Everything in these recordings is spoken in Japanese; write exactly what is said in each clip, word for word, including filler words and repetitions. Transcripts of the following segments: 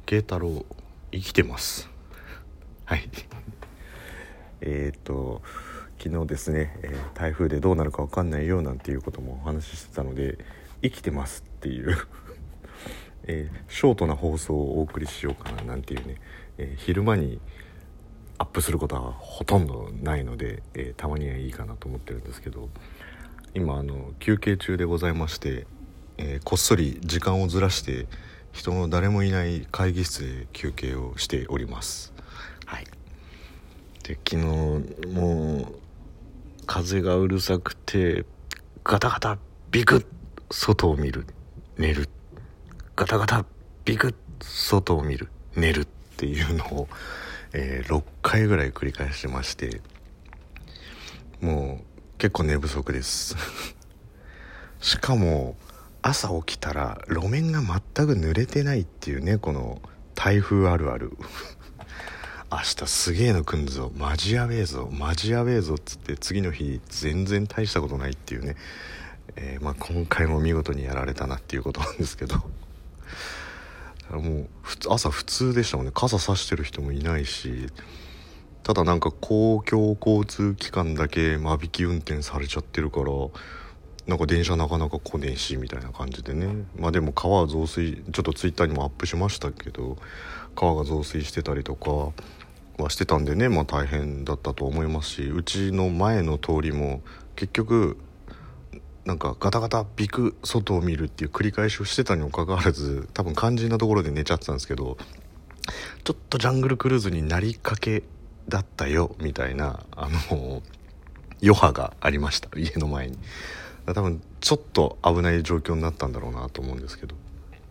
慶太郎生きてますはいえっと昨日ですね、えー、台風でどうなるか分かんないよなんていうこともお話ししてたので、生きてますっていう、えー、ショートな放送をお送りしようかななんていうね、えー、昼間にアップすることはほとんどないので、えー、たまにはいいかなと思ってるんですけど、今あの休憩中でございまして、えー、こっそり時間をずらして人の誰もいない会議室で休憩をしております。はい。で、昨日もう風がうるさくてガタガタビクッ外を見る寝る、ガタガタビクッ外を見る寝るっていうのを、えー、ろっかいぐらい繰り返してまして、もう結構寝不足ですしかも朝起きたら路面が全く濡れてないっていうね、この台風あるある明日すげえの来んぞ、マジやべえぞマジやべえぞっつって次の日全然大したことないっていうね、えーまあ、今回も見事にやられたなっていうことなんですけどもう朝普通でしたもんね。傘差してる人もいないし、ただなんか公共交通機関だけ間引き運転されちゃってるから、なんか電車なかなか来ねえしみたいな感じでね。まあでも川増水、ちょっとツイッターにもアップしましたけど、川が増水してたりとかはしてたんでね、まあ大変だったと思いますし、うちの前の通りも結局なんかガタガタビク外を見るっていう繰り返しをしてたにもかかわらず、多分肝心なところで寝ちゃってたんですけど、ちょっとジャングルクルーズになりかけだったよみたいなあの余波がありました、家の前に。多分ちょっと危ない状況になったんだろうなと思うんですけど、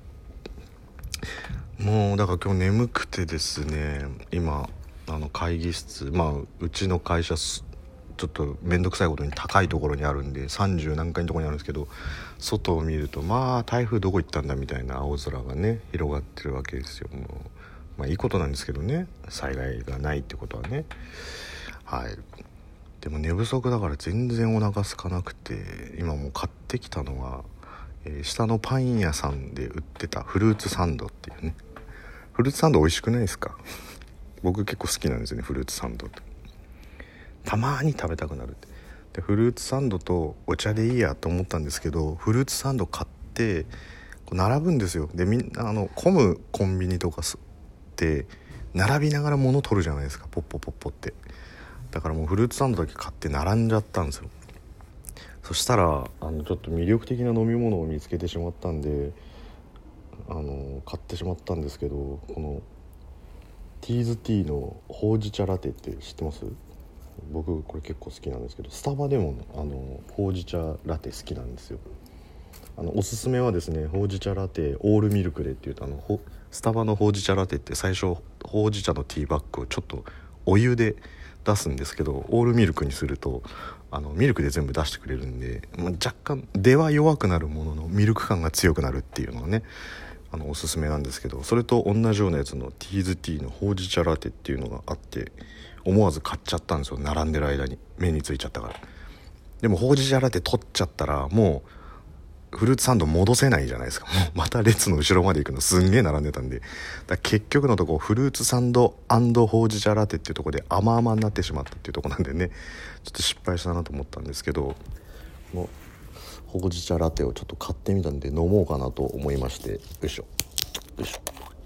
もうだから今日眠くてですね、今あの会議室、まあうちの会社ちょっと面倒くさいことに高いところにあるんでさんじゅう何階のところにあるんですけど、外を見るとまあ台風どこ行ったんだみたいな青空がね広がってるわけですよ。もうまあいいことなんですけどね、災害がないってことはね。はい。でも寝不足だから全然お腹空かなくて、今もう買ってきたのは、えー、下のパン屋さんで売ってたフルーツサンドっていうね。フルーツサンド美味しくないですか？僕結構好きなんですよね、フルーツサンドって。たまに食べたくなるって。でフルーツサンドとお茶でいいやと思ったんですけど、フルーツサンド買ってこう並ぶんですよ。でみんなあの混むコンビニとかって並びながら物取るじゃないですか、ポッポポッポって。だからもうフルーツサンドだけ買って並んじゃったんですよ。そしたらあのちょっと魅力的な飲み物を見つけてしまったんで、あの買ってしまったんですけど、このティーズティーのほうじ茶ラテって知ってます？僕これ結構好きなんですけど、スタバでもあのほうじ茶ラテ好きなんですよ。あのおすすめはですね、ほうじ茶ラテオールミルクでっていうと、あのスタバのほうじ茶ラテって最初ほうじ茶のティーバッグをちょっとお湯で出すんですけど、オールミルクにするとあのミルクで全部出してくれるんで、まあ、若干出は弱くなるもののミルク感が強くなるっていうのがね、あのおすすめなんですけど、それと同じようなやつのティーズティーのほうじ茶ラテっていうのがあって、思わず買っちゃったんですよ、並んでる間に目についちゃったから。でもほうじ茶ラテ取っちゃったらもうフルーツサンド戻せないじゃないですか。もうまた列の後ろまで行くのすんげえ並んでたんで、だ結局のとこフルーツサンド&ほうじ茶ラテっていうところで甘々になってしまったっていうところなんでね、ちょっと失敗したなと思ったんですけど、もうほうじ茶ラテをちょっと買ってみたんで飲もうかなと思いまして、よいしょよいしょ。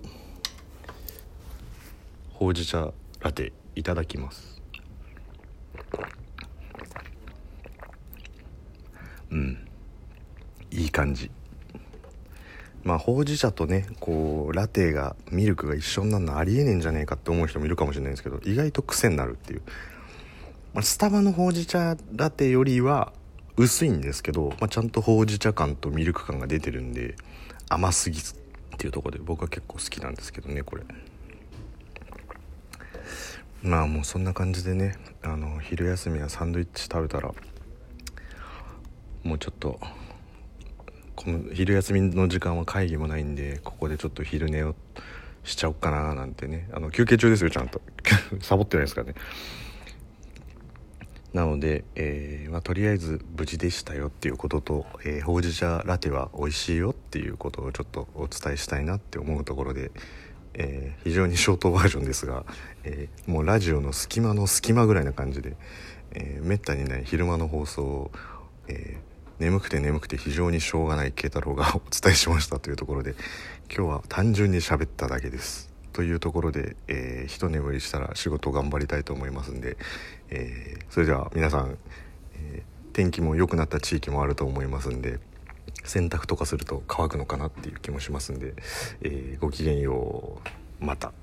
ほうじ茶ラテいただきます。うんいい感じ。まあほうじ茶とねこうラテがミルクが一緒になるのありえねえんじゃねえかって思う人もいるかもしれないんですけど、意外と癖になるっていう、まあ、スタバのほうじ茶ラテよりは薄いんですけど、まあ、ちゃんとほうじ茶感とミルク感が出てるんで、甘すぎずっていうところで僕は結構好きなんですけどね、これ。まあもうそんな感じでね、あの昼休みはサンドイッチ食べたら、もうちょっとこの昼休みの時間は会議もないんで、ここでちょっと昼寝をしちゃおうかななんてね。あの休憩中ですよ、ちゃんとサボってないですからね。なので、えーまあ、とりあえず無事でしたよっていうことと、えー、ほうじ茶ラテは美味しいよっていうことをちょっとお伝えしたいなって思うところで、 えー、非常にショートバージョンですが、えー、もうラジオの隙間の隙間ぐらいな感じで、えー、めったにない昼間の放送を、えー、眠くて眠くて非常にしょうがない慶太郎がお伝えしましたというところで、今日は単純に喋っただけですというところで、えー、一眠りしたら仕事頑張りたいと思いますんで、えー、それでは皆さん、えー、天気も良くなった地域もあると思いますんで、洗濯とかすると乾くのかなっていう気もしますんで、えー、ごきげんよう、また。